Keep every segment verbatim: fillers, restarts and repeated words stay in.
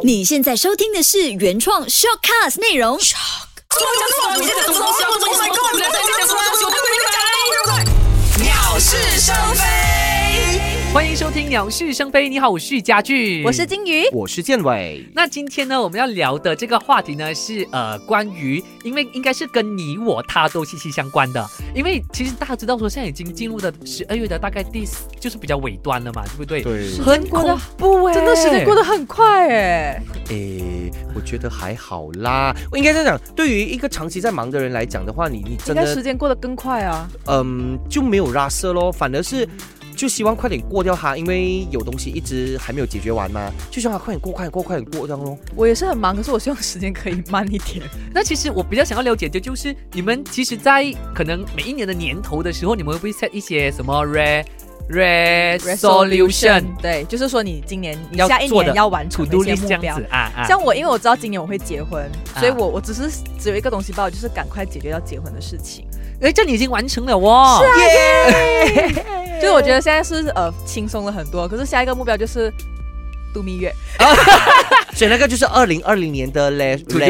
你现在收听的是原创 Shortcast 内容。 鸟是生非。 欢迎收听《鸟是生非》。你好，我是家具， 我是金鱼， 我是建伟。 那今天呢，我们要聊的这个话题呢，是呃，关于，因为应该是跟你我他都息息相关的。因为其实大家知道说，现在已经进入了十二月的大概第就是比较尾端了嘛，对不对？ 对， 很恐怖哎、欸， 真的时间过得很快哎。 诶，我觉得还好啦。我应该这样讲，对于一个长期在忙的人来讲的话，你你真的应该时间过得更快啊。 嗯，就没有拉色咯，反而是。就希望快点过掉它，因为有东西一直还没有解决完嘛，就希望它快点过，快点过，快点过这样咯。 我也是很忙，可是我希望时间可以慢一点。 那其实我比较想要了解的就是，你们其实，在可能每一年的年头的时候，你们会不会 set 一些什么 re resolution？ 对，就是说你今年、你下一年要完成的一些目标啊啊。 像我，因为我知道今年我会结婚，啊、所以我我只是只有一个东西报，就是赶快解决要结婚的事情。 哎，这你已经完成了哇！ 是啊，耶！就是我觉得现在是呃轻松了很多，可是下一个目标就是度蜜月， 所以那个就是二零二零年的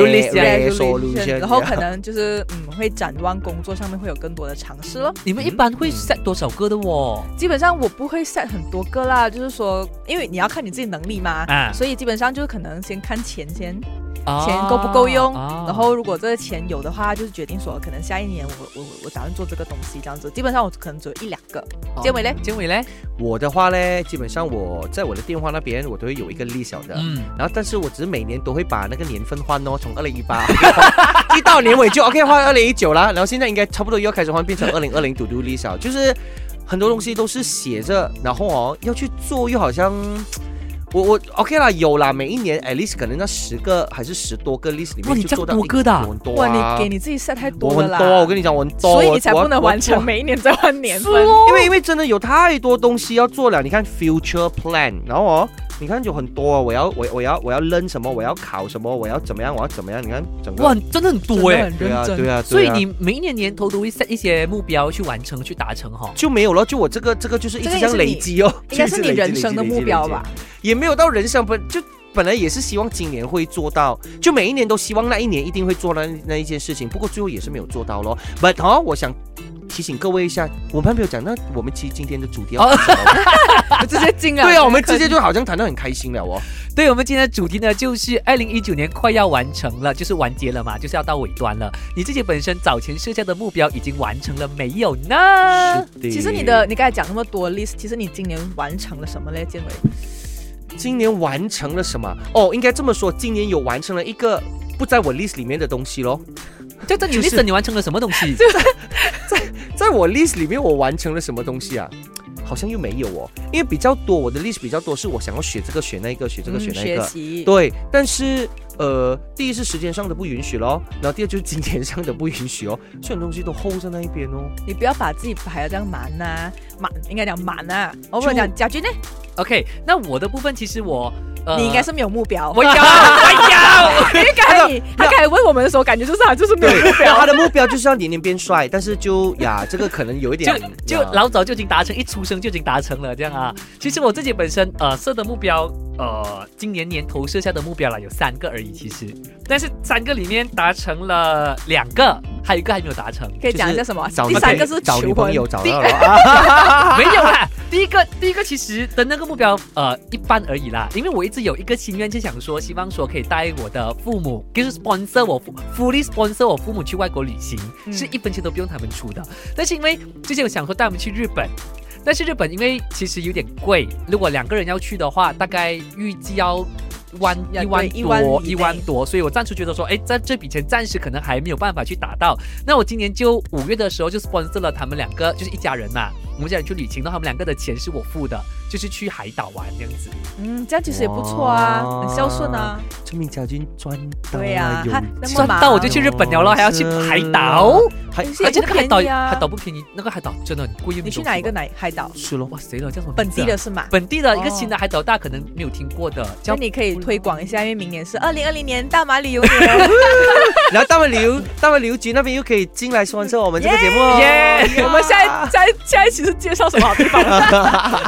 resolution， 然后可能就是嗯会展望工作上面会有更多的尝试咯。 你们一般会 set 多少个的哦？ 基本上我不会 set 很多个啦，就是说因为你要看你自己能力嘛，啊、所以基本上就是可能先看钱先。钱够不够用、啊、然后如果这个钱有的话就是决定说可能下一年我我我打算做这个东西这样子，基本上我可能只有一两个。建伟嘞？ 建伟嘞？ 我的话呢，基本上我在我的电话那边我都会有一个list的，嗯，然后但是我只是每年都会把那个年份换哦，从二零一八一到年尾就 OK 换二零一九啦，然后现在应该差不多又要开始换变成二零二零 to do list， 就是很多东西都是写着，然后哦要去做又好像。我我 OK 啦，有啦，每一年 at least 可能那十个还是十多个 list 里面就做到一个的、啊， 很多啊！哇，你给你自己 set 太多了啦！ 我很多，我跟你讲，我很多， 所以你才不能完成每一年再换年份， 因为因为真的有太多东西要做了。你看 future plan， 然后哦，你看有很多、哦，我要我我要我要扔什么，我要考什么，我要怎么样，我要怎么样？你看整个哇，真的很多哎， 对啊对啊， 所以你每一年年头都会 set 一些目标去完成去达成哈， 就没有了。就我这个这个就是一直这样累积哦， 应该是你人生的目标吧？ 也没有到人生本就本来也是希望今年会做到，就每一年都希望那一年一定会做那那一件事情，不过最后也是没有做到咯。But 哦，我想提醒各位一下，我们没有讲，那我们其实今天的主题要什么？ 直接进了。 对啊，我们直接就好像谈得很开心了哦。 对，我们今天的主题呢，就是二零一九年快要完成了，就是完结了嘛，就是要到尾端了。你自己本身早前设下的目标已经完成了没有呢？ 其实你的你刚才讲那么多 list， 其实你今年完成了什么嘞，建伟？ 今年完成了什么？哦，应该这么说，今年有完成了一个不在我 list 里面的东西咯。 在在你 list、就是、你完成了什么东西？ 在在在我 list 里面我完成了什么东西啊？好像又没有哦，因为比较多，我的 list 比较多，是我想要学这个学那个，学这个学那个， 学习对，但是呃，第一是时间上的不允许咯，然后第二就是金钱上的不允许哦，所有东西都 hold 在那一边哦。 你不要把自己排得这样满啊，满应该讲满啊，我不讲家军呢。 OK， 那我的部分其实我。 呃、你应该是没有目标， 我有，我有。 因为刚才你他刚才问我们的时候，感觉就是他就是没有目标。 他的目标就是要年年变帅，但是就呀，这个可能有一点， 就就老早就已经达成，一出生就已经达成了这样啊。其实我自己本身呃设的目标，呃，今年年头设下的目标啦有三个而已，其实，但是三个里面达成了两个，还有一个还没有达成。 可以讲一下什么？ 就是、 第三个是找女朋友找到了， 没有啦。第一个第一个其实的那个目标呃一般而已啦，因为我一直有一个心愿，就想说，希望说可以带我的父母，就是 sponsor 我 fully sponsor 我父母去外国旅行，嗯、是一分钱都不用他们出的。但是因为之前有想说带我们去日本，但是日本因为其实有点贵，如果两个人要去的话，大概预计要。万一万多一万多，所以我暂时觉得说，哎，在这笔钱暂时可能还没有办法去达到。那我今年就五月的时候就 sponsor 了他们两个，就是一家人嘛，我们家人去旅行，那他们两个的钱是我付的，就是去海岛玩这样子。 嗯，这样其实也不错啊，很孝顺啊。 证明家军赚到， 对呀、啊， 赚到我就去日本了咯，还要去海岛， 还而且那个海岛海岛不便宜，那个海岛真的很贵。 你去哪一个哪海岛？ 是咯， 哇，谁了？叫什么？ 本地的是吗？ 本地的一个新的海岛，大家可能没有听过的。 那你可以推广一下，因为明年是二零二零年大马旅游年， 然后大马旅游大马旅游局那边又可以进来sponsor我们这个节目哦。 耶！我们下一下下一期是介绍什么好地方？ 我也忘记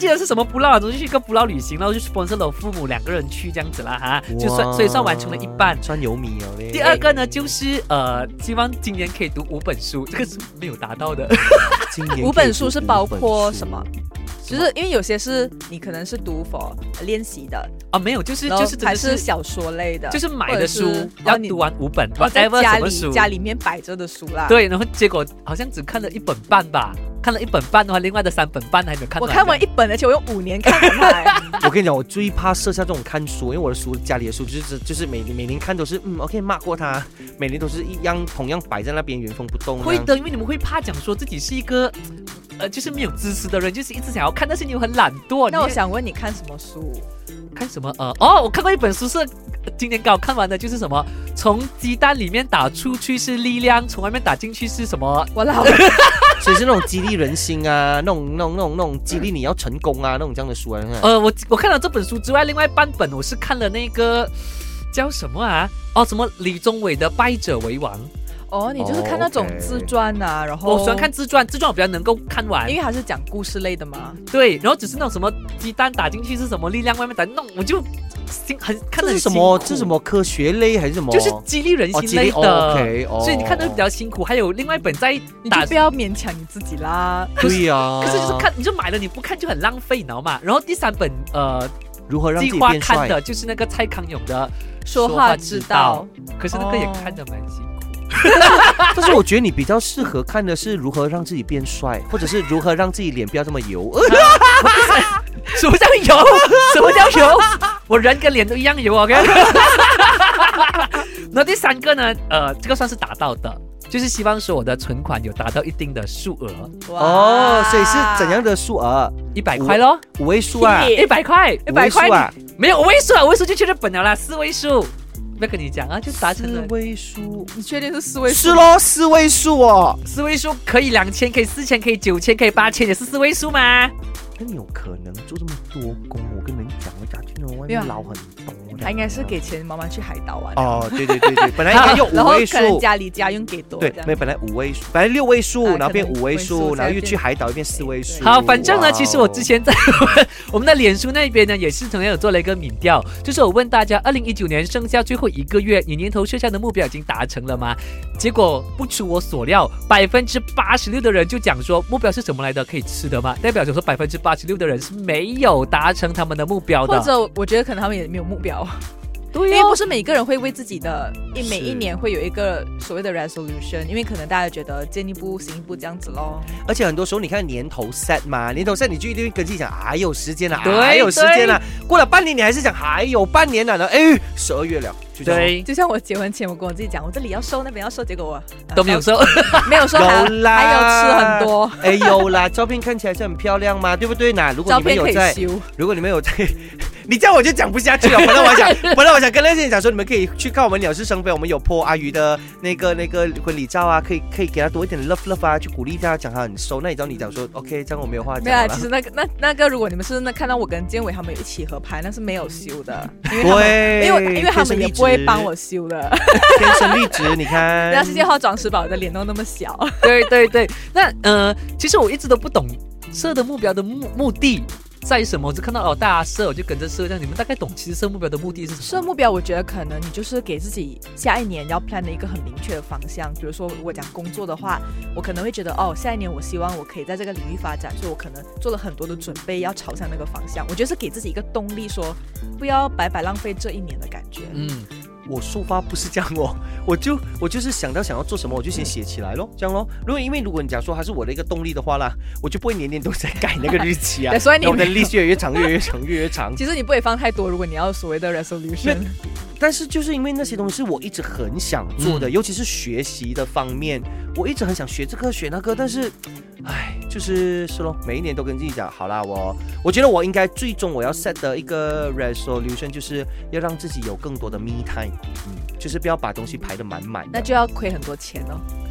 记得是什么不老，总是去一个不老旅行，然后就 sponsor 了我父母两个人去这样子啦哈，就算所以算完成了一半， 算有米哦嘞。 第二个呢，就是呃，希望今年可以读五本书，这个是没有达到的。 五本书是包括什么？就是因为有些是你可能是读 for 练习的啊，没有，就是就是还是小说类的， 就是买的书要读完五本， 在家里家里面摆着的书啦。 对，然后结果好像只看了一本半吧，看了一本半的话，另外的三本半还没有看完。 我看完一本，而且我用五年看完。 我跟你讲，我最怕设下这种看书，因为我的书家里的书就是就是每每年看都是嗯 OK 骂过他，每年都是一样同样摆在那边原封不动。 会的，因为你们会怕讲说自己是一个。呃，就是没有知识的人，就是一直想要看，但是你又很懒惰。 那我想问你看什么书？ 看什么？呃，哦，我看过一本书是今年刚好看完的，就是什么从鸡蛋里面打出去是力量，从外面打进去是什么？ 我老， 所以是那种激励人心啊，那种那种那种那种激励你要成功啊，那种这样的书啊。 呃，我我看了这本书之外，另外半本我是看了那个叫什么啊？哦，什么李宗伟的《败者为王》。 哦，你就是看那种自传啊， oh, 然后我喜欢看自传，自传我比较能够看完， 因为它是讲故事类的嘛。 对，然后只是那种什么鸡蛋打进去是什么力量，外面打弄，我就心很看得很辛苦。这是什么？ 这是什么科学类还是什么？ 就是激励人心类的， 哦 okay, 哦、 所以你看得比较辛苦。还有另外一本在打， 你就不要勉强你自己啦。 对呀、啊， 可是就是看，你就买了你不看就很浪费，你知道吗？然后第三本呃， 如何让自己变帅看的就是那个蔡康永的说话之道， 可是那个也看得蛮辛苦。 但是我觉得你比较适合看的是如何让自己变帅，或者是如何让自己脸不要这么油。 什么叫油？什么叫油？我人跟脸都一样油 ，OK。那第三个呢？呃，这个算是达到的，就是希望说我的存款有达到一定的数额。 哦，所以是怎样的数额？ 一百块咯， 五位数啊， 一百块， 一百块啊， 没有五位数啊，五位数就去日本了啦，四位数。不要跟你讲啊，就达成了四位数。 你确定是四位数？ 是咯，四位数哦， 四位数可以两千，可以四千，可以九千，可以八千，也是四位数吗？ 那你有可能做这么多工？我跟你们讲，我家去那种外面捞很多。 他应该是给钱妈妈去海岛玩。 哦，对对对对，本来应该用五位数， 然后可能家里家用给多。 对，没本来五位数，本来六位数，然后变五位数，然后又去海岛变四位数。 好，反正呢，其实我之前在我们的脸书那边呢，也是同样有做了一个民调，就是我问大家，二零一九年剩下最后一个月，你年头设下的目标已经达成了吗？结果不出我所料，百分之八十六的人就讲说目标是什么来的？可以吃的吗？代表着说百分之八十六的人是没有达成他们的目标的， 或者我觉得可能他们也没有目标。对、哦，因为不是每个人会为自己的一每一年会有一个所谓的 resolution， 因为可能大家觉得见一步行一步这样子咯。 而且很多时候你看年头 set 嘛，年头 set 你就一定会跟自己讲还有时间了，还有时间了。过了半年你还是讲还有半年了呢，哎，十二月了。就对， 就像我结婚前，我跟我自己讲，我这里要瘦，那边要瘦，结果我、啊、 都没有瘦， 没有瘦，还有啦，还有吃很多。 哎，有啦，照片看起来是很漂亮嘛，对不对呢？如果你们有在，如果你们有在，你这样我就讲不下去了。本来我想，本来我想跟那些人讲说，你们可以去看我们鸟是生非，我们有 po 阿鱼的那个那个婚礼照啊，可以可以给他多一点 love love 啊，去鼓励他，讲他很瘦。那你知道你讲说 OK， 这样我没有话讲了。 没有、啊，其实那个那那个，如果你们是那看到我跟建伟他们一起合拍，那是没有修的，因为他们因为因为他们也不会帮我修的。 天生丽质，你看， 人家是件化妆师把我的脸弄那么小。 对对对，那呃，其实我一直都不懂设的目标的目目的在什么，我只看到哦大家设，我就跟着设。这样你们大概懂其实设目标的目的是什么？ 设目标，我觉得可能你就是给自己下一年要 plan 的一个很明确的方向。比如说我讲工作的话，我可能会觉得哦，下一年我希望我可以在这个领域发展，所以我可能做了很多的准备，要朝向那个方向。我觉得是给自己一个动力，说不要白白浪费这一年的感觉。 嗯。 我抒发不是这样哦，我就我就是想到想要做什么，我就先写起来咯，这样咯。如果因为如果你讲说它是我的一个动力的话啦，我就不会年年都在改那个日期啊。 所以你我的 list 越来越长，越来越长，越来越长。 其实你不会放太多，如果你要所谓的 resolution。 但是就是因为那些东西是我一直很想做的，嗯、尤其是学习的方面，我一直很想学这个学那个，但是，唉，就是是咯，每一年都跟自己讲，好啦，我我觉得我应该最终我要 set 的一个 resolution 就是要让自己有更多的 me time， 嗯，就是不要把东西排得满满的， 那就要亏很多钱哦。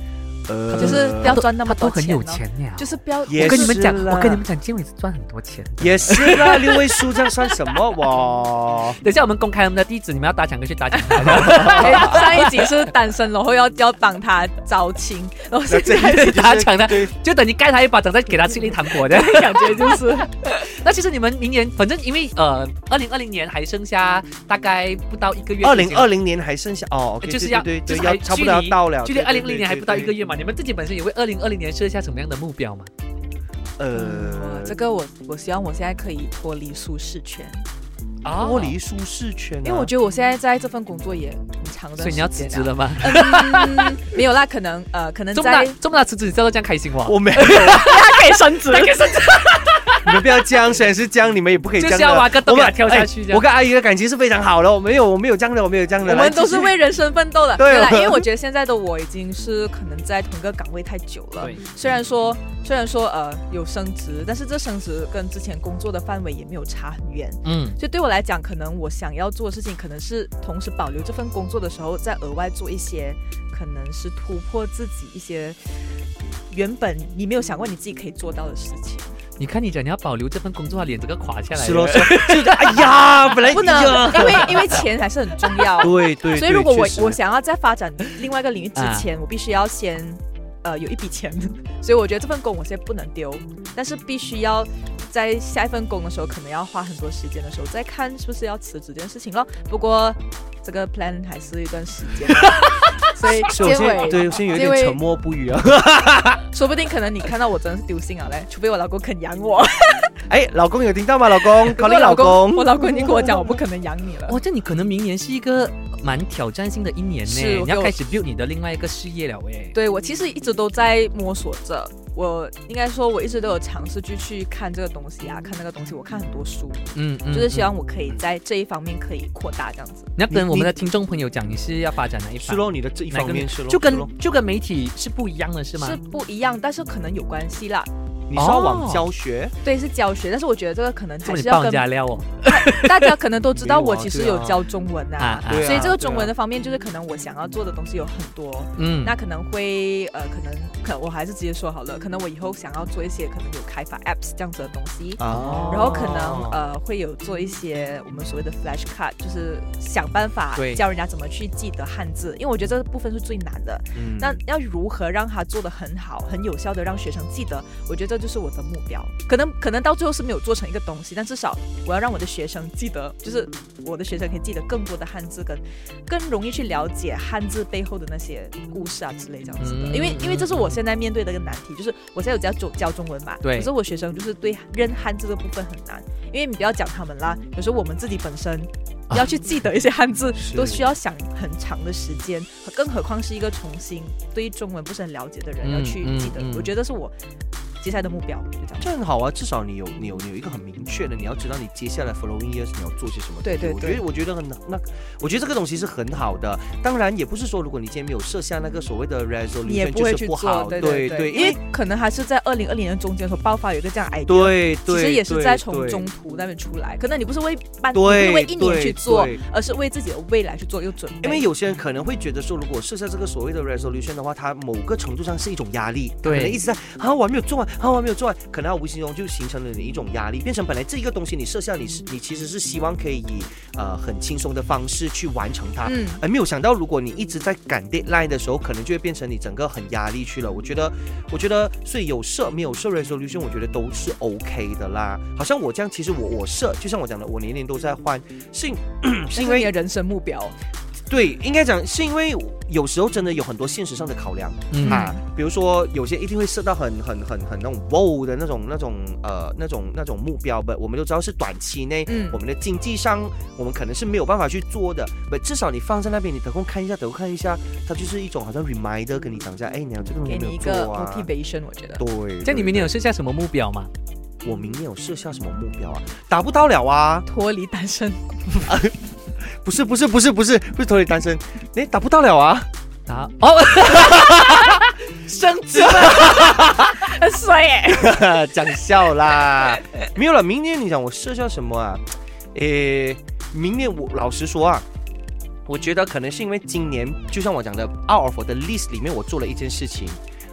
呃，就是不要赚那么多钱、哦， 他都很有钱呀， 就是不要。 我跟你们讲，我跟你们讲，建伟是赚很多钱的， 也是啦，六位数这样算什么哇？ 等一下我们公开我们的地址，你们要打抢可以去打抢他。 上一集是单身，然后要要帮他招亲，然后现在是打抢他，就等你盖他一巴掌，再给他吃一粒糖果的感觉就是。 那其实你们明年，反正因为呃，二零二零年还剩下大概不到一个月。 二零二零年还剩下哦， okay, 就是要对对对， 就是要差不多要到了， 距离二零二零年还不到一个月嘛。你们自己本身也为二零二零年设下什么样的目标吗？ 呃， 这个我我希望我现在可以脱离舒适圈。 脱离舒适圈、啊， 因为我觉得我现在在这份工作也很长的时间、啊， 所以你要辞职了吗？ 嗯，没有啦，可能呃，可能在这么大辞职，你知道这样开心吗？ 我没有， 他可以升职， 他可以升职。 你们不要这样，虽然是这样，你们也不可以这样的。 就是要挖个洞给他跳下去、欸。 我跟阿姨的感情是非常好的，我没有，我没有这样的，我没有这样的。 我们都是为人生奋斗的， 对啦， 因为我觉得现在的我已经是可能在同一个岗位太久了。虽然说，虽然说呃有升职，但是这升职跟之前工作的范围也没有差很远。嗯，所以对我来讲，可能我想要做的事情，可能是同时保留这份工作的时候，再额外做一些，可能是突破自己一些原本你没有想过你自己可以做到的事情。 你看你讲你要保留这份工作，脸这个垮下来了。 是咯，是就哎呀，本来不能，因为因为钱还是很重要。 对 对, 对， 所以如果我我想要在发展另外一个领域之前，啊、我必须要先呃有一笔钱，所以我觉得这份工我现在不能丢，但是必须要在下一份工的时候，可能要花很多时间的时候再看是不是要辞职这件事情咯。不过这个 plan 还是一段时间。所以所以我现在对，我现在有点沉默不语啊。 说不定可能你看到我真的是丢心了嘞，除非我老公肯养我。 哎，老公有听到吗？老公，考虑老公， 我老公已经跟我讲，我不可能养你了。 哇，这你可能明年是一个蛮挑战性的一年呢，你要开始 build 你的另外一个事业了哎。 对，我其实一直都在摸索着。我应该说，我一直都有尝试去去看这个东西啊，看那个东西。我看很多书，嗯，嗯就是希望我可以在这一方面可以扩大这样子。 你要跟我们的听众朋友讲，你是要发展哪一方？ 是咯，你的这一方面是咯， 就跟就跟媒体是不一样的，是吗？ 是不一样，但是可能有关系啦。 你是要往教学、 哦？对，是教学，但是我觉得这个可能还是要跟加料哦。 大家可能都知道，我其实有教中文啊， 啊所以这个中文的方面，就是可能我想要做的东西有很多。嗯，那可能会呃，可能可我还是直接说好了，可能我以后想要做一些可能有开发 apps 这样子的东西，哦、然后可能呃会有做一些我们所谓的 flashcard， 就是想办法教人家怎么去记得汉字，因为我觉得这个部分是最难的。嗯，那要如何让它做得很好、很有效的让学生记得？我觉得这就是我的目标。可能可能到最后是没有做成一个东西，但至少我要让我的学生记得，就是我的学生可以记得更多的汉字，跟更容易去了解汉字背后的那些故事啊之类这样子的。嗯、因为因为这是我现在面对的一个难题，就是我现在有教教中文嘛，对，可是我学生就是对认汉字的部分很难，因为你不要讲他们啦，有时候我们自己本身要去记得一些汉字，都需要想很长的时间，更何况是一个重新对中文不是很了解的人要去记得。嗯嗯嗯、我觉得是我接下来的目标就这样， 这很好啊，至少你有你有你有一个很明确的，你要知道你接下来 following years 你要做些什么。 对对对， 我觉得我觉得很那，我觉得这个东西是很好的。当然也不是说如果你今天没有设下那个所谓的 resolution 就是不好， 对对对, 对， 因为可能还是在二零二零年中间所爆发有一个这样 idea， 对对， 其实也是在从中途那边出来。可能你不是为半，不是为一年去做，而是为自己的未来去做又准备。 因为有些人可能会觉得说，如果设下这个所谓的 resolution 的话，它某个程度上是一种压力，对，可能一直在啊我还没有做完，啊我还没有做完。可能无形中就形成了你一种压力，变成本来这一个东西你设下你是你其实是希望可以以呃很轻松的方式去完成它，嗯，而没有想到如果你一直在赶 deadline 的时候，可能就会变成你整个很压力去了。我觉得，我觉得所以有设没有设 resolution， 我觉得都是 OK 的啦。好像我这样，其实我我设，就像我讲的，我年年都在换，是是因为你的人生目标。 对，应该讲是因为有时候真的有很多现实上的考量、嗯、啊，比如说有些一定会设到很很很很那种 bold 的那种那种呃那种那种目标，不，我们都知道是短期内、嗯、我们的经济上我们可能是没有办法去做的，不，至少你放在那边，你得空看一下，得空看一下，它就是一种好像 reminder 跟你讲一下，哎，你要这个东西没有做啊， 给你一个 motivation， 我觉得。 对， 这样你明年有设下什么目标吗？ 我明年有设下什么目标啊？达不到了啊， 脱离单身。 不是不是不是不是不是脱离单身，哎，达不到了啊！ 啊哦，升职了， 很帅耶！ 讲笑啦，没有了。明年你讲我设下什么啊？诶，明年我老实说啊，我觉得可能是因为今年，就像我讲的 ，out of 我的 list 里面，我做了一件事情。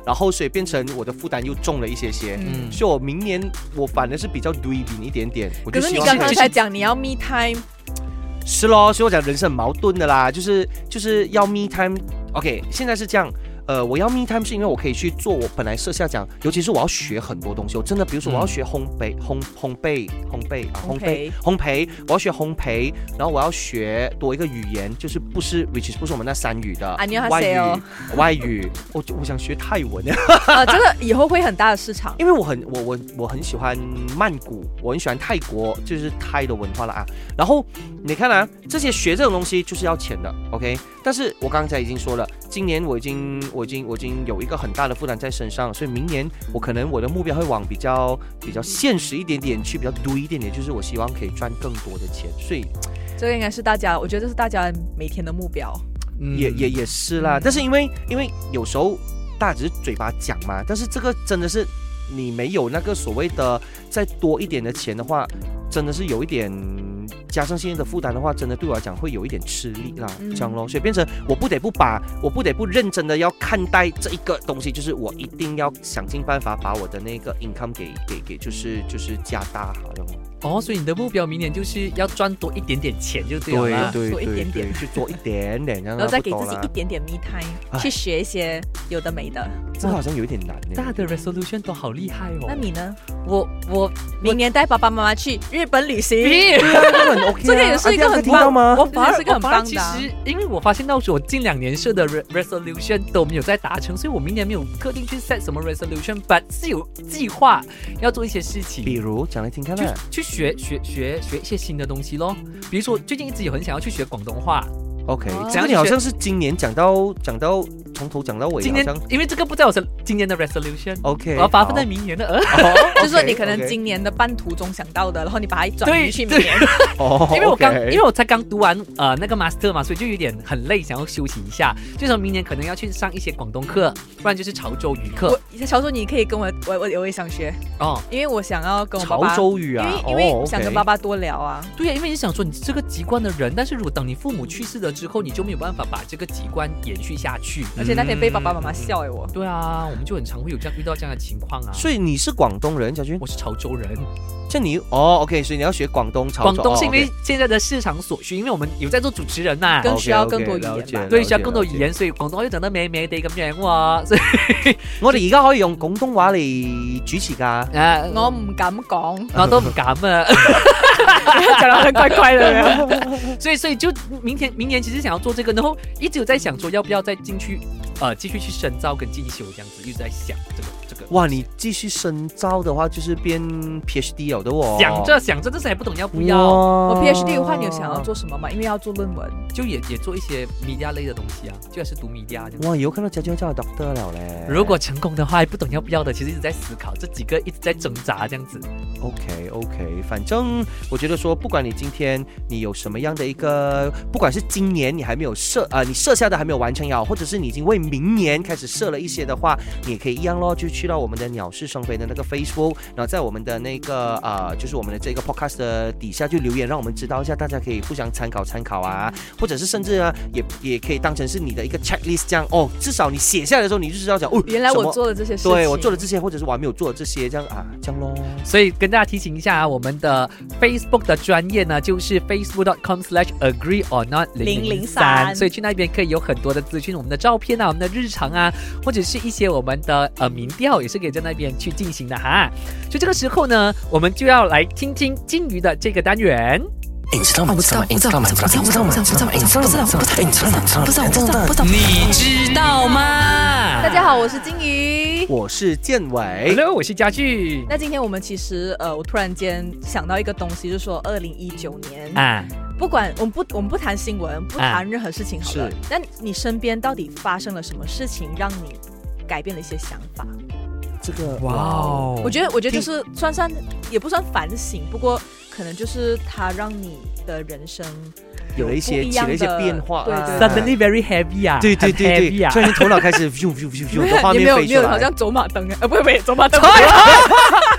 然后所以变成我的负担又重了一些些，嗯，所以我明年我反而是比较对比一点点。我就可是你刚刚才讲你要 me time， 是咯，所以我讲人是很矛盾的啦，就是就是要 me time。OK， 现在是这样。呃，我要 me time 是因为我可以去做我本来设下讲，尤其是我要学很多东西。我真的，比如说我要学烘焙、烘烘焙、烘焙啊，烘焙、烘焙，我要学烘焙，然后我要学多一个语言，就是不是 which is 不是我们那三语的外语，外语。我我想学泰文啊，这个以后会很大的市场， 因为我很我我我很喜欢曼谷，我很喜欢泰国，就是泰的文化了啊。然后你看啊，这些学这种东西就是要钱的 ，OK？ 但是我刚才已经说了，今年我已经。我已经我已经有一个很大的负担在身上，所以明年我可能我的目标会往比较比较现实一点点去，比较多一点点，就是我希望可以赚更多的钱。所以这个应该是大家，我觉得这是大家每天的目标。 嗯、也也也是啦，嗯、但是因为因为有时候大家只是嘴巴讲嘛，但是这个真的是你没有那个所谓的再多一点的钱的话，真的是有一点。加上现在的负担的话，真的对我来讲会有一点吃力啦，嗯、这样咯，所以变成我不得不把，我不得不认真的要看待这一个东西，就是我一定要想尽办法把我的那个 income 给给给，就是就是加大好像。 哦，所以你的目标明年就是要赚多一点点钱就对了， 对对多一点点， 去做一点点， 然后再给自己一点点 me time， 去学一些有的没的。 这个好像有点难呢。 大的 resolution 都好厉害哦。 那你呢？ 我我明年带爸爸妈妈去日本旅行， 对啊，这个很 OK， 这个也是一个很棒吗？ 我反而是一个很棒的。 其实因为我发现到我近两年设的 resolution 都没有在达成，所以我明年没有特定去 set 什么 resolution，but 是有计划要做一些事情， 比如讲来听看啦，去学学学学一些新的东西咯。比如说最近一直有很想要去学广东话。 OK， 这个你好像是今年讲到讲到从头讲到尾， 今年因为这个不在我是今年的 resolution， OK， 我要把它放在明年的， 就是说你可能今年的半途中想到的，然后你把它转移去明年。 哦， 因为我刚因为我才刚读完呃那个 master 嘛，所以就有点很累，想要休息一下。就说明年可能要去上一些广东课，不然就是潮州语课。 潮州你可以跟我我我我也想学哦，因为我想要跟我爸爸潮州语啊， 因为因为想跟爸爸多聊啊。 对呀，因为你想说你这个籍贯的人，但是如果等你父母去世了之后，你就没有办法把这个籍贯延续下去， 而且那天被爸爸妈妈笑哎我。 对啊，我们就很常会有这样遇到这样的情况啊。 所以你是广东人，小军？ 我是潮州人。 像你哦 ，OK， 所以你要学广东潮州。 广东是因为现在的市场所需，因为我们有在做主持人呐、啊， 更需要更多语言吧。 對，需要更多語言，所以廣東話要講得美美地咁樣喎。所以我哋而家可以用廣東話嚟主持㗎。 誒，我唔敢講， 我都唔敢啊。 講得很怪怪的。 所以，所以就明天明年其實想要做這個，然後一直有在想說要不要再進去，呃，繼續去深造跟進修這樣子，一直在想這個這個。 哇，你繼續深造的話，就是變 PhD 了的哦。 想着想着，但是還不懂要不要。 我 PhD 的話，你有想要做什麼嗎？因為要做論文， 就也也做一些 media 類的東西啊，就還是讀 media 這樣。 哇，以後看到家就叫我 doctor 了嘞。 如果成功的話，還不懂要不要的，其實一直在思考，這幾個一直在掙扎這樣子。 OK OK， 反正我覺得說，不管你今天你有什麼樣的一個，不管是今年你還沒有設，呃，你設下的還沒有完成也好，或者是你已經為明年開始設了一些的話，你也可以一樣咯，就去到我們的鳥是生非的那個 Facebook， 然後在我們的那個呃，就是我們的這個 podcast 的底下就留言，讓我們知道一下，大家可以互相參考參考啊，或者是甚至呢，也也可以當成是你的一個 checklist，這樣哦，至少你寫下來的時候，你就知道講哦， 原來我做了這些事情， 對我做了這些，或者是我還沒有做的這些，這樣啊，這樣咯。 所以跟大家提醒一下啊，我們的 Facebook 的專頁呢，就是 facebook dot com slash agree or not 零零三，所以去那邊可以有很多的資訊，我們的照片啊，我們的日常啊，或者是一些我們的呃民調，也是可以在那邊去進行的哈。所以這個時候呢，我們就要來聽聽金魚的這個單元。 你知道嗎？不知道，不知道，不知道，不知道，不知道，不知道，不知道，不知道，不知道，不知道，不知道，不知道，不知道，不知道，不知道， 你知道嗎？ 大家好，我是金魚， 我是建偉 ，Hello， 我是家具。 那今天我們其實呃，我突然間想到一個東西，就是說二零一九年啊，不管我們不我們不談新聞，不談任何事情好了，但你身邊到底發生了什麼事情，讓你改變了一些想法？ 這個哇哦， 我覺得我覺得就是算算也不算反省，不過可能就是它讓你的人生有了一些起了一些變化， 對對 ，suddenly very heavy 啊， 對對對對，突然間頭腦開始咻咻咻咻的畫面飛出來， 你沒有沒有好像走馬燈啊，呃不不走馬燈，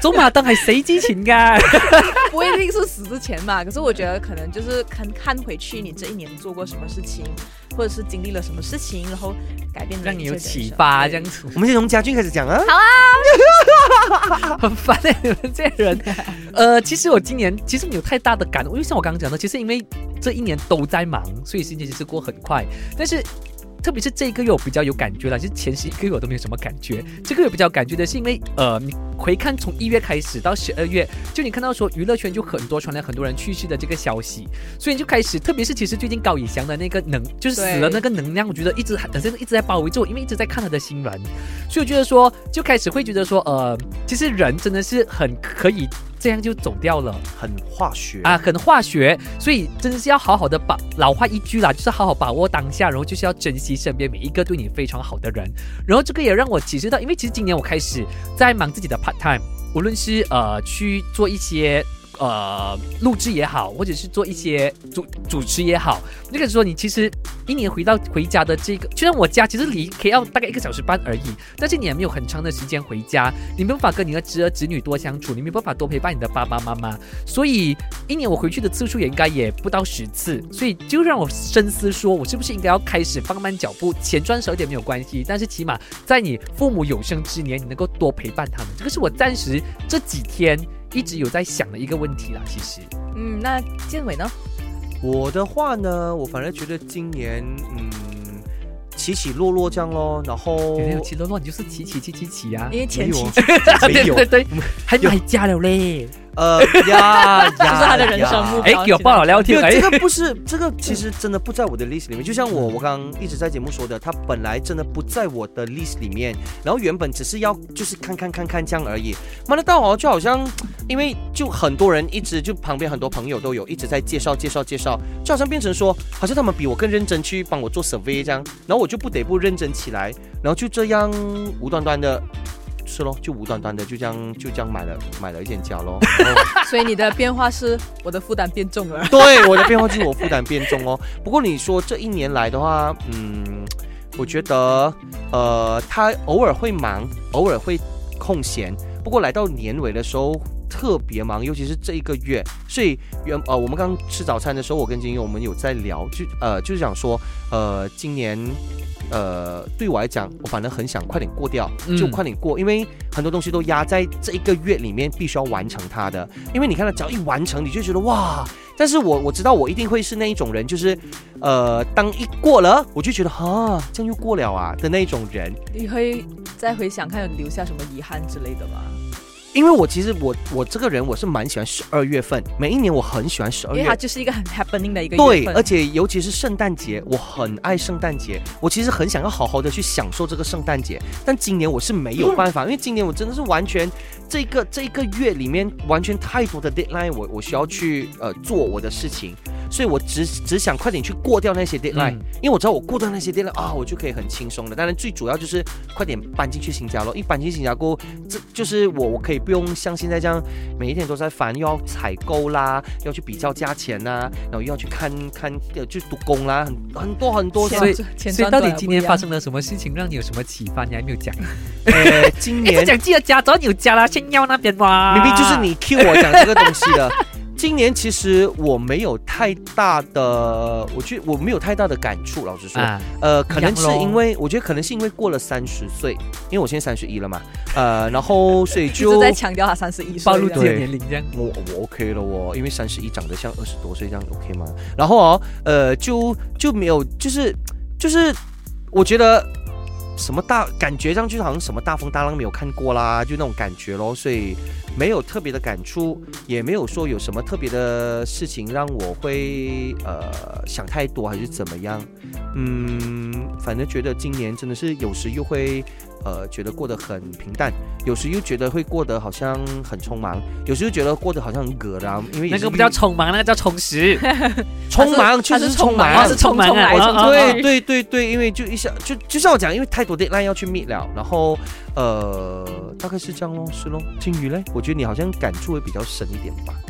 走马灯係死之前㗎， 不一定是死之前嘛。可是我覺得可能就是看看回去你這一年做過什麼事情，或者是經歷了什麼事情，然後改變了讓你有啟發，這樣子。 我們先從家俊開始講啊。 好啊， 很煩欸，你們這些人。呃，其實我今年其實沒有太大的感悟，因為像我剛剛講的，其實因為這一年都在忙，所以時間其實過很快，但是。特別是這個月我比較有感覺了，其實前十一個月我都沒有什麼感覺。這個月比較感覺的是因為，呃，你回看從一月開始到十二月，就你看到說娛樂圈就很多傳來很多人去世的這個消息，所以你就開始，特別是其實最近高以翔的那個能，就是死了那個能量，我覺得一直好像一直在包圍着我，因為一直在看他的新聞，所以我覺得說就開始會覺得說，呃，其實人真的是很可以。這樣就走掉了， 很化學啊，很化學，所以真的是要好好的把老話一句啦，就是好好把握當下，然後就是要珍惜身邊每一個對你非常好的人。然後這個也讓我啟示到，因為其實今年我開始在忙自己的 part time， 無論是呃去做一些呃錄製也好，或者是做一些主主持也好，那個時候你其實一年回到回家的這個，雖然我家其實離 K L 大概一個小時半而已，但是你也沒有很長的時間回家，你沒辦法跟你的侄兒侄女多相處，你沒辦法多陪伴你的爸爸媽媽，所以一年我回去的次數也應該也不到十次，所以就讓我深思說，我是不是應該要開始放慢腳步，錢賺少一點沒有關係，但是起碼在你父母有生之年，你能夠多陪伴他們，這個是我暫時這幾天一直有在想的一個問題啦。其實， 嗯，那建偉呢？ 我的話呢，我反而覺得今年，嗯，起起落落這樣咯，然後沒有起落落，你就是起起起起起啊， 因為前期沒有， 對對對，還買家了嘞。 呃呀， 這是他的人生目標。 哎，有爆了聊天， 這個不是，這個其實真的不在我的 list 裡面。就像我，我剛剛一直在節目說的，它本來真的不在我的 list 裡面。然後原本只是要就是看看看看這樣而已。媽的到哦，就好像因為就很多人一直就旁邊很多朋友都有一直在介紹介紹介紹，就好像變成說，好像他們比我更認真去幫我做 survey 這樣，然後我就不得不認真起來，然後就這樣無端端的。是咯，就無端端的就這樣就這樣買了買了一間家咯。 所以你的變化是我的負擔變重了。 對，我的變化就是我負擔變重哦。不過你說這一年來的話，嗯，我覺得，呃，他偶爾會忙，偶爾會空閒。不過來到年尾的時候特別忙，尤其是這一個月。所以原呃，我們剛吃早餐的時候，我跟金玉我們有在聊，就呃就是講說，呃，今年。呃，對我來講，我反而很想快點過掉，就快點過，嗯、因為很多東西都壓在這一個月裡面，必須要完成它的。因為你看到，只要一完成，你就覺得哇！但是我我知道我一定會是那一種人，就是呃，當一過了，我就覺得啊，這樣又過了啊的那一種人。 你會再回想看有留下什麼遺憾之類的嗎？ 因為我其實我我這個人我是蠻喜歡十二月份，每一年我很喜歡十二月， 因為它就是一個很 happening 的一個月份。 對，而且尤其是聖誕節，我很愛聖誕節，我其實很想要好好的去享受這個聖誕節，但今年我是沒有辦法，嗯、因為今年我真的是完全這個這一個月裡面完全太多的 deadline， 我我需要去呃做我的事情，所以我只只想快點去過掉那些 deadline，、嗯、因為我知道我過掉那些 deadline 啊，我就可以很輕鬆的。當然最主要就是快點搬進去新家咯，一搬進新家過後，這就是我我可以不用像現在這樣每一天都在煩，又要採購啦，要去比較價錢啦，然後又要去看看就讀工啦，很很多很多。 所以所以到底今年發生了什麼事情讓你有什麼啟發？你還沒有講。 呃，今年一直講記得加州有加啦，炫耀那邊哇， 明明就是你 cue 我講這個東西的。今年其實我沒有太大的，我覺得我沒有太大的感觸，老實說，啊、呃，可能是因為我覺得可能是因為過了三十歲，因為我現在三十一了嘛，呃，然後所以就一直在強調他三十一歲， 暴露自己的年齡這樣， 我我 OK 了哦，因為三十一長得像二十多歲這樣 OK 嗎？然後哦，呃，就就沒有，就是就是我覺得什麼大感覺上就好像什麼大風大浪沒有看過啦，就那種感覺咯，所以。沒有特別的感觸，也沒有說有什麼特別的事情讓我會呃想太多還是怎麼樣，嗯，反正覺得今年真的是有時又會呃覺得過得很平淡，有時又覺得會過得好像很匆忙，有時又覺得過得好像很葛啦，因為那個不叫匆忙，那個叫充實， 匆忙確實是匆忙， 是匆忙啊， 對對對對，因為就一下就就像我講，因為太多 deadline 要去 meet 了，然後呃大概是這樣咯，是咯，金魚嘞，我覺得你好像感觸會比較深一點吧。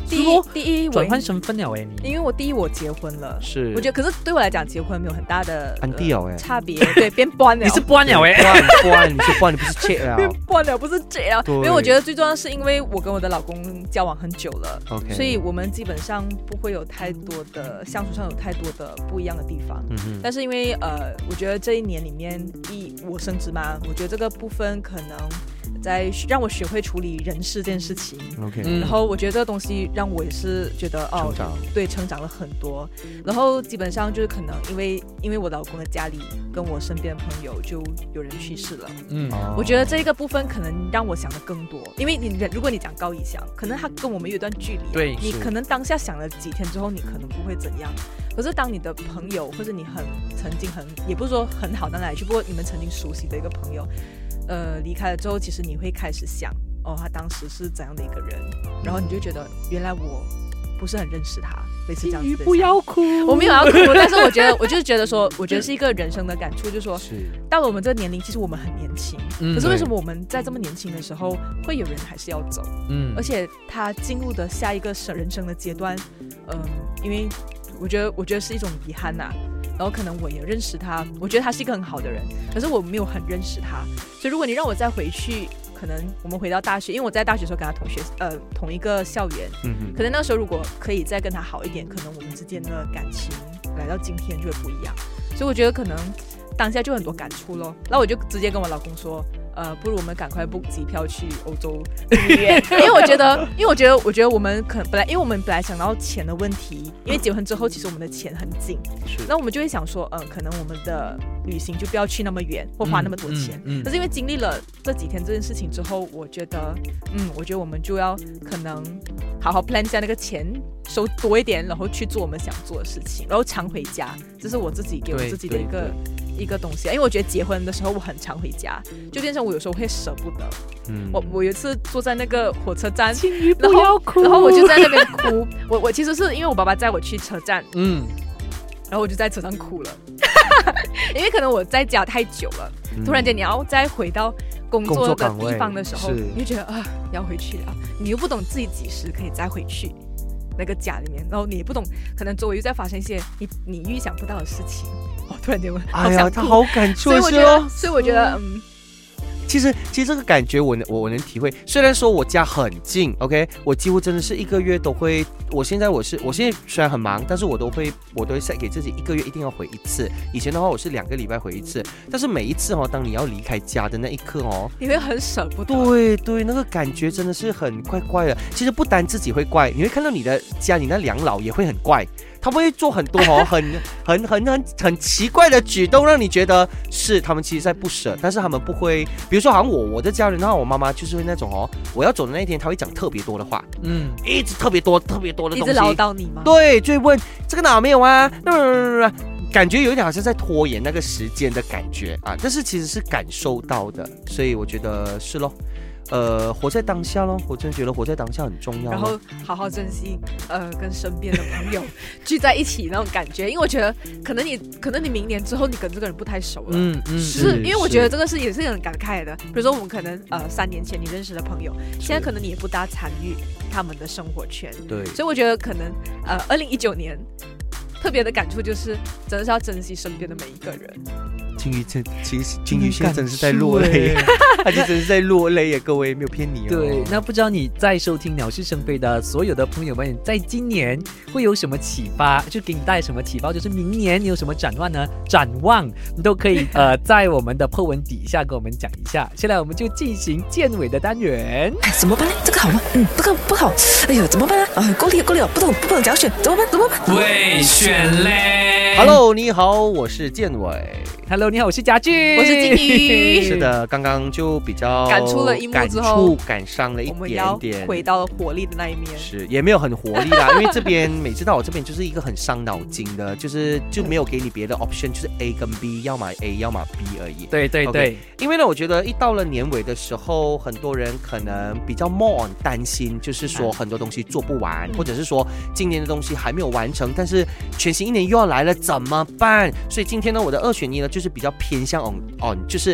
第一，第一转换身份了哎，你因为我第一我结婚了， 是我觉得，可是对我来讲结婚没有很大的安迪哦哎差别，对，变搬了， 你是搬了哎， 搬搬你是搬你不是切了， 变搬了不是切了，因为我觉得最重要是因为我跟我的老公交往很久了 ，OK， 所以我们基本上不会有太多的相处上有太多的不一样的地方，嗯哼，但是因为呃，我觉得这一年里面一我升职嘛，我觉得这个部分可能在让我学会处理人事这件事情 ，OK， 然后我觉得这个东西让我也是觉得哦， 成长， 对，成长了很多。然后基本上就是可能因为因为我老公的家里跟我身边的朋友就有人去世了，嗯，我觉得这个部分可能让我想的更多，因为你如果你讲高以翔，可能他跟我们有一段距离， 对， 你可能当下想了几天之后，你可能不会怎样。可是当你的朋友或者你很曾经很也不是说很好到哪里去，不过你们曾经熟悉的一个朋友。呃，离开了之后，其实你会开始想，哦，他当时是怎样的一个人，然后你就觉得原来我不是很认识他，类似这样子的。 不要哭， 我没有要哭，但是我觉得，我就是觉得说，我觉得是一个人生的感触，就是说，是到了我们这个年龄，其实我们很年轻，嗯、可是为什么我们在这么年轻的时候，会有人还是要走？嗯，而且他进入的下一个人生的阶段，嗯、呃，因为我觉得，我觉得是一种遗憾呐、啊。然后可能我也认识他，我觉得他是一个很好的人，可是我没有很认识他，所以如果你让我再回去，可能我们回到大学，因为我在大学的时候跟他同学呃同一个校园，嗯哼，可能那时候如果可以再跟他好一点，可能我们之间的感情来到今天就会不一样，所以我觉得可能当下就很多感触咯。然后我就直接跟我老公说。呃，不如我们赶快 book 机票去欧洲旅游，因为我觉得，因为我觉得，我觉得我们可能本来，因为我们本来想到钱的问题，因为结婚之后，其实我们的钱很紧，那我们就会想说，嗯、呃，可能我们的旅行就不要去那么远，或花那么多钱。嗯嗯嗯、可是因为经历了这几天这件事情之后，我觉得，嗯，我觉得我们就要可能好好 plan 一下那个钱，收多一点，然后去做我们想做的事情，然后常回家，这是我自己给我自己的一个。一个东西，因为我觉得结婚的时候我很常回家，就变成我有时候会舍不得。嗯，我我有一次坐在那个火车站， 青鱼不要哭， 然后我就在那边哭。我我其实是因为我爸爸载我去车站，嗯，然后我就在车上哭了，因为可能我在家太久了，嗯、突然间你要再回到工作的地方的时候，你就觉得啊要回去了，你又不懂自己几时可以再回去。那个家里面，然后你也不懂，可能周围又在发生一些你你预想不到的事情。哦，突然间我好想哭，哎呀， 他好感触， 所以我觉得，所以我觉得，嗯。 其实，其实这个感觉我能我我能体会。虽然说我家很近 ，OK， 我几乎真的是一个月都会。我现在我是我现在虽然很忙，但是我都会我都会 set 给自己一个月一定要回一次。以前的话我是两个礼拜回一次，但是每一次哦，当你要离开家的那一刻哦， 你会很舍不得。 对对，那个感觉真的是很怪怪的。其实不单自己会怪，你会看到你的家里那两老也会很怪。他们会做很多哦，很很很很很奇怪的举动，让你觉得是他们其实在不舍，但是他们不会。比如说，好像我我的家人，然后我妈妈就是会那种哦，我要走的那一天，她会讲特别多的话，嗯，一直特别多特别多的东西， 一直唠叨你吗？ 对，就会问这个哪没有啊？嗯，感觉有一点好像在拖延那个时间的感觉啊，但是其实是感受到的，所以我觉得是咯。呃，活在当下咯，我真的觉得活在当下很重要。 然后好好珍惜，呃，跟身边的朋友聚在一起那种感觉，因为我觉得可能你，可能你明年之后你跟这个人不太熟了，嗯嗯，就是因为我觉得这个是也是很感慨的。比如说我们可能呃三年前你认识的朋友，现在可能你也不大参与他们的生活圈，对，所以我觉得可能呃二零一九年特别的感触就是，真的是要珍惜身边的每一个人。 金鱼真，其实金鱼现在真的是在落泪，他就真是在落泪耶，各位没有骗你哦。 对，那不知道你在收听《鸟是生非》的所有的朋友们，在今年会有什么启发？就给你带来什么启发？就是明年你有什么展望呢？展望你都可以呃在我们的 po 文底下跟我们讲一下。现在我们就进行建委的单元。 哎，怎么办呢？这个好吗？嗯，这个不好。哎呦，怎么办呢？啊，够力够力了，不懂不懂怎样选？怎么办？怎么办？ 未选嘞。 Hello， 你好，我是建伟。 Hello， 你好，我是家俊， 我是金鱼。 是的，刚刚就比较赶出了一幕之后， 赶触赶上了一点点， 我们要回到了活力的那一面。 是，也没有很活力啦，因为这边每次到我这边就是一个很伤脑筋的，就是就没有给你别的 option， 就是 A 跟 B， 要么 A， 要么 B 而已。 对对对， okay， 因为呢，我觉得一到了年尾的时候，很多人可能比较 more on 担心，就是说很多东西做不完，嗯、或者是说今年的东西还没有完成，但是全新一年又要来了，怎么办？所以今天呢，我的二选一呢，就是比较偏向 on on， 就是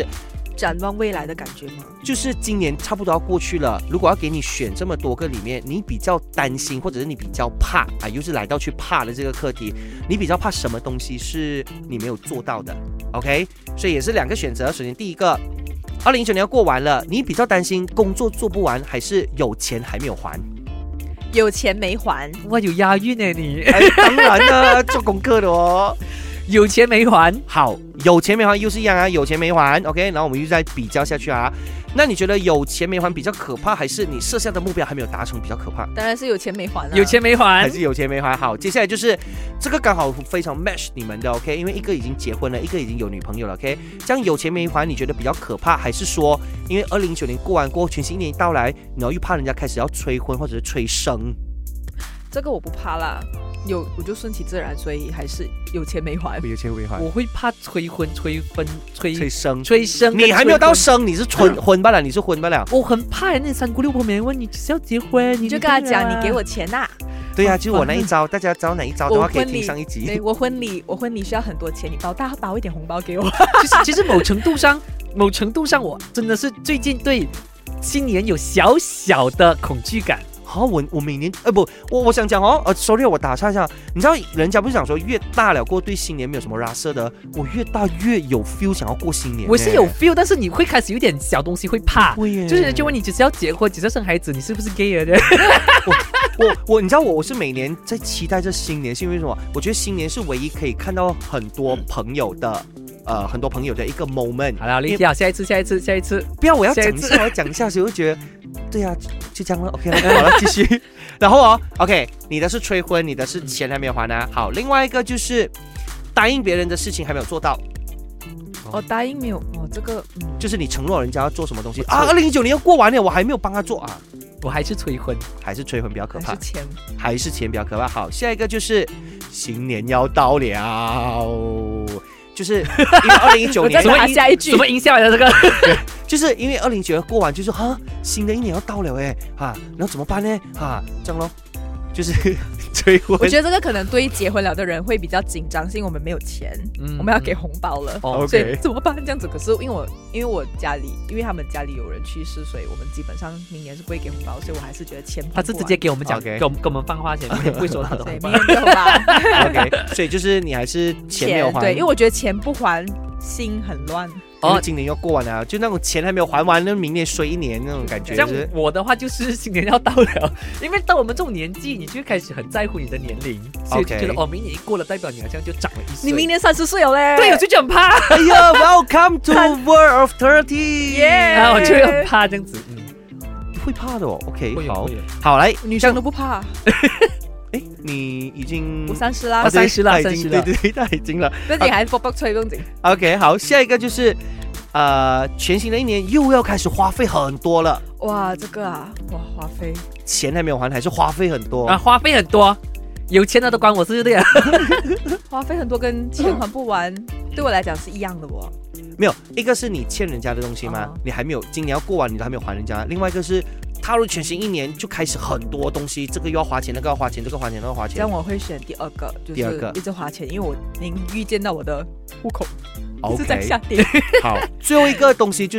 展望未来的感觉吗？ 就是今年差不多要过去了，如果要给你选这么多个里面，你比较担心或者是你比较怕啊，又是来到去怕的这个课题，你比较怕什么东西是你没有做到的 ？OK， 所以也是两个选择。首先第一个，二零一九年要过完了，你比较担心工作做不完，还是有钱还没有还？ 有钱没还， 哇，有押韵呢你！ 哎，当然了，做功课的哦。 有钱没还， 好，有钱没还又是一样啊，有钱没还 ，OK， 然后我们又再比较下去啊。那你觉得有钱没还比较可怕，还是你设下的目标还没有达成比较可怕？ 当然是有钱没还啊。 有钱没还， 还是有钱没还？好，接下来就是这个刚好非常 match 你们的 ，OK， 因为一个已经结婚了，一个已经有女朋友了 ，OK， 这样有钱没还，你觉得比较可怕，还是说因为二零一九年过完过后，全新一年一到来，然后又怕人家开始要催婚或者是催生？ 这个我不怕啦。有我就顺其自然，所以还是有钱没还。 有钱没还， 我会怕催婚、催婚、催催生、 催生。 你还没有到生，你是婚婚罢了，你是婚罢了。 我很怕那三姑六婆没问你只要结婚， 你就跟他讲，你给我钱呐、啊。 对呀、啊，就是我那一招，大家知道哪一招的话可以听上一集。 对，我婚礼，我婚礼需要很多钱，你包大包一点红包给我。 其实，其实某程度上，某程度上，我真的是最近对新年有小小的恐惧感。 好、哦，我我每年，呃不，我我想讲哦，呃，sorry， 我打岔一下，你知道人家不是讲说越大了过对新年没有什么 rush 的，我越大越有 feel 想要过新年。 我是有 feel， 但是你会开始有点小东西会怕， 会耶， 就是就问你只是要结婚，只是要生孩子，你是不是 gay 的？ 我我我，你知道我我是每年在期待着新年，是因为什么？我觉得新年是唯一可以看到很多朋友的。呃，很多朋友的一个 moment。 好了，立体好，下一次，下一次，下一次， 不要，我要讲一下，我要讲一下，所以我就觉得，对呀、啊，就这样了 ，OK 了，好了，继续。然后哦 ，OK， 你的是催婚，你的是钱还没有还呢、啊。好，另外一个就是答应别人的事情还没有做到。 哦，答应没有，哦，这个，嗯， 就是你承诺人家要做什么东西啊？二零一九年要过完了，我还没有帮他做啊。 我还是催婚， 还是催婚比较可怕， 还是钱， 还是钱比较可怕。好，下一个就是新年要到了。就是因为二零一九年， 什么下一句什么音效来的这个？ 就是因为二零一九年过完，就是哈，新的一年要到了哎，哈，然后怎么办呢？哈，这样咯，就是催婚。 我觉得这个可能对结婚了的人会比较紧张，是因为我们没有钱，嗯、我们要给红包了， 嗯、 所以怎么办？这样子，可是因为我因为我家里，因为他们家里有人去世，所以我们基本上明年是不会给红包，所以我还是觉得钱他是直接给我们讲， okay. 给我们给我们放花钱，明年不会收他的红包。 明年没有吧 ？OK， 所以就是你还是钱没有还， 对，因为我觉得钱不还，心很乱。 哦，今年要过完了，就那种钱还没有还完，那明年衰一年那种感觉。 像我的话就是新年要到了，因为到我们这种年纪，你就开始很在乎你的年龄，所以就觉得、okay. 哦，明年一过了，代表你好像就长了一岁。 你明年三十岁了嘞？ 对，我就很怕。 哎呀 ，Welcome to World of Thirty， 耶！ 啊，我就很怕这样子，嗯， 会怕的哦。OK， 好， 会好来， 女生都不怕。 哎，你已经我三十啦， 我三十啦，三十了，对对对，他已经了。 不仅还是卜卜吹，不仅。 OK， 好，下一个就是，呃，全新的一年又要开始花费很多了。 哇，这个啊，哇，花费， 钱还没有还，还是花费很多啊？花费很多，有钱的都关我事对啊。 花费很多跟钱还不完，对我来讲是一样的哦。 没有，一个是你欠人家的东西吗？哦、你还没有，今年要过完，你都还没有还人家。另外一个是。踏入全新一年就开始很多东西，这个又要花钱，那个要花钱，这个花钱，那个花钱。 这样我会选第二个，就是一直花钱，因为我您预见到我的户口一直在下跌。 好，最后一个东西就是，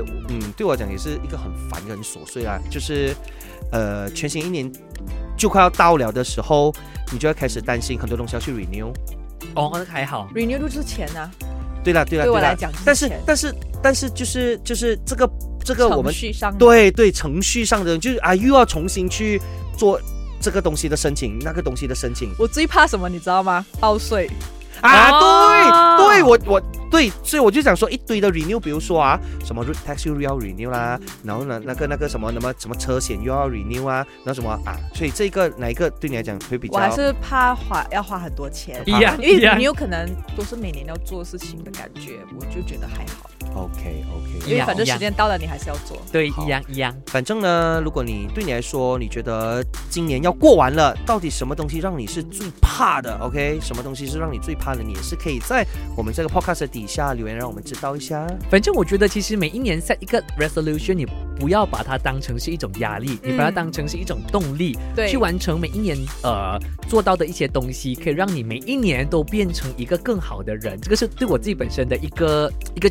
嗯，对我来讲也是一个很烦很琐碎啦，就是呃，全新一年就快要到了的时候，你就要开始担心很多东西要去 renew。 哦，那还好 ，renew 就是钱啊。 对啦，对啦， 对我来讲， 但是但是但是就是就是这个。这个我们程序上对对程序上的就是啊，又要重新去做这个东西的申请，那个东西的申请。 我最怕什么，你知道吗？报税啊！哦、对对，我我对，所以我就想说一堆的 renew， 比如说啊，什么 tax 又要 renew 啦，然后呢那个那个什么什么什么车险又要 renew 啊，然后什么啊，所以这个哪一个对你来讲会比较？ 我还是怕花要花很多钱， 一样， 因为 renew 可能都是每年要做事情的感觉，我就觉得还好。 OK OK， 因为反正时间到了，你还是要做。 对，一样一样。 反正呢，如果你对你来说，你觉得今年要过完了，到底什么东西让你是最怕的 ？OK， 什么东西是让你最怕的？你也是可以在我们这个 podcast 底下留言，让我们知道一下。 反正我觉得，其实每一年 set 一个 resolution， 你不要把它当成是一种压力，嗯、你把它当成是一种动力， 对， 去完成每一年呃做到的一些东西，可以让你每一年都变成一个更好的人。这个是对我自己本身的一个一个诠释。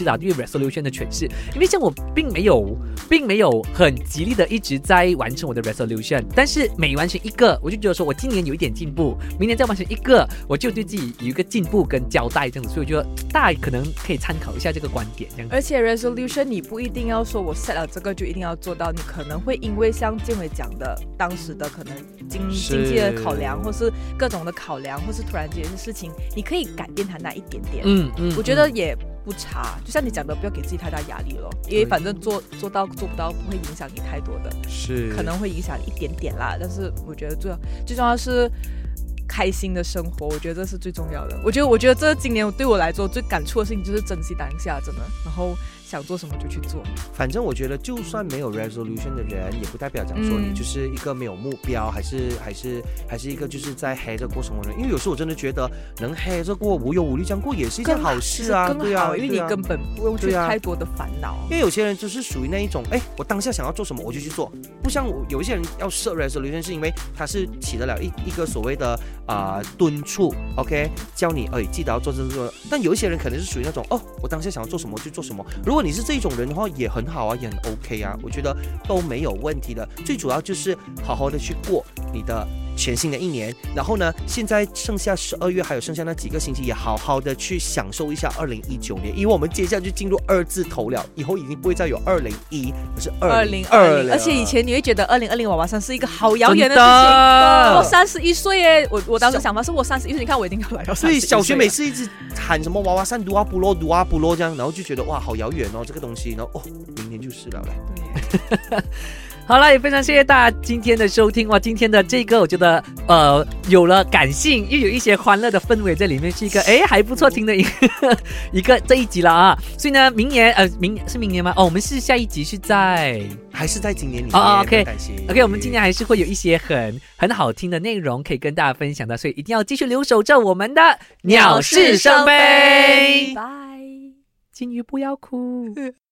啦，对于 resolution 的诠释。因为像我并没有并没有很极力的一直在完成我的 resolution， 但是每完成一个我就觉得说我今年有一点进步，明年再完成一个我就对自己有一个进步跟交代这样子，所以我觉得大家可能可以参考一下这个观点这样子。 而且 resolution 你不一定要说我 set 了这个就一定要做到，你可能会因为像建伟讲的当时的可能经经济的考量，或是各种的考量，或是突然间的事情，你可以改变它那一点点。嗯嗯，我觉得也不差，就像你讲的，不要给自己太大压力了，因为反正做做到做不到不会影响你太多的，是可能会影响你一点点啦。但是我觉得最最重要的是开心的生活，我觉得这是最重要的。我觉得我觉得这今年对我来说最感触的事情就是珍惜当下，真的，然后想做什么就去做。 反正我觉得就算没有 resolution 的人，也不代表讲说你就是一个没有目标，嗯、还是还是还是一个就是在黑着过生活的人。因为有时候我真的觉得能黑着过，无忧无虑这样过也是一件好事啊， 更好，因为你根本不用去太多的烦恼。 因为有些人就是属于那一种，哎，我当下想要做什么我就去做，不像我有一些人要设 resolution 是因为他是起得了一一个所谓的啊、呃、敦促 ，OK， 教你哎记得要做这做。但有一些人可能是属于那种哦，我当下想要做什么就做什么。如果你是这一种人的话，也很好啊，也很 OK 啊，我觉得都没有问题的。最主要就是好好的去过你的全新的一年，然后呢，现在剩下十二月还有剩下那几个星期，也好好的去享受一下二零一九年，因为我们接下来就进入二字头了，以后已经不会再有二零一，而是二零二了。 而且以前你会觉得二零二零娃娃山是一个好遥远的事情，我三十一岁耶，我我当时想法是我三十一岁，你看我一定要来到三十一岁。 所以小学每次一直喊什么娃娃山读啊不落读啊不落这样，然后就觉得哇好遥远哦这个东西，然后哦明年就是了嘞。 好了，也非常谢谢大家今天的收听哇！今天的这个我觉得呃有了感性，又有一些欢乐的氛围在里面，是一个哎还不错听的一个一个这一集了啊！所以呢，明年呃明是明年吗？哦，我们是下一集是在还是在今年里面？ 哦 ，OK OK， 我们今年还是会有一些很很好听的内容可以跟大家分享的，所以一定要继续留守着我们的鸟式生杯。 拜， 金鱼不要哭。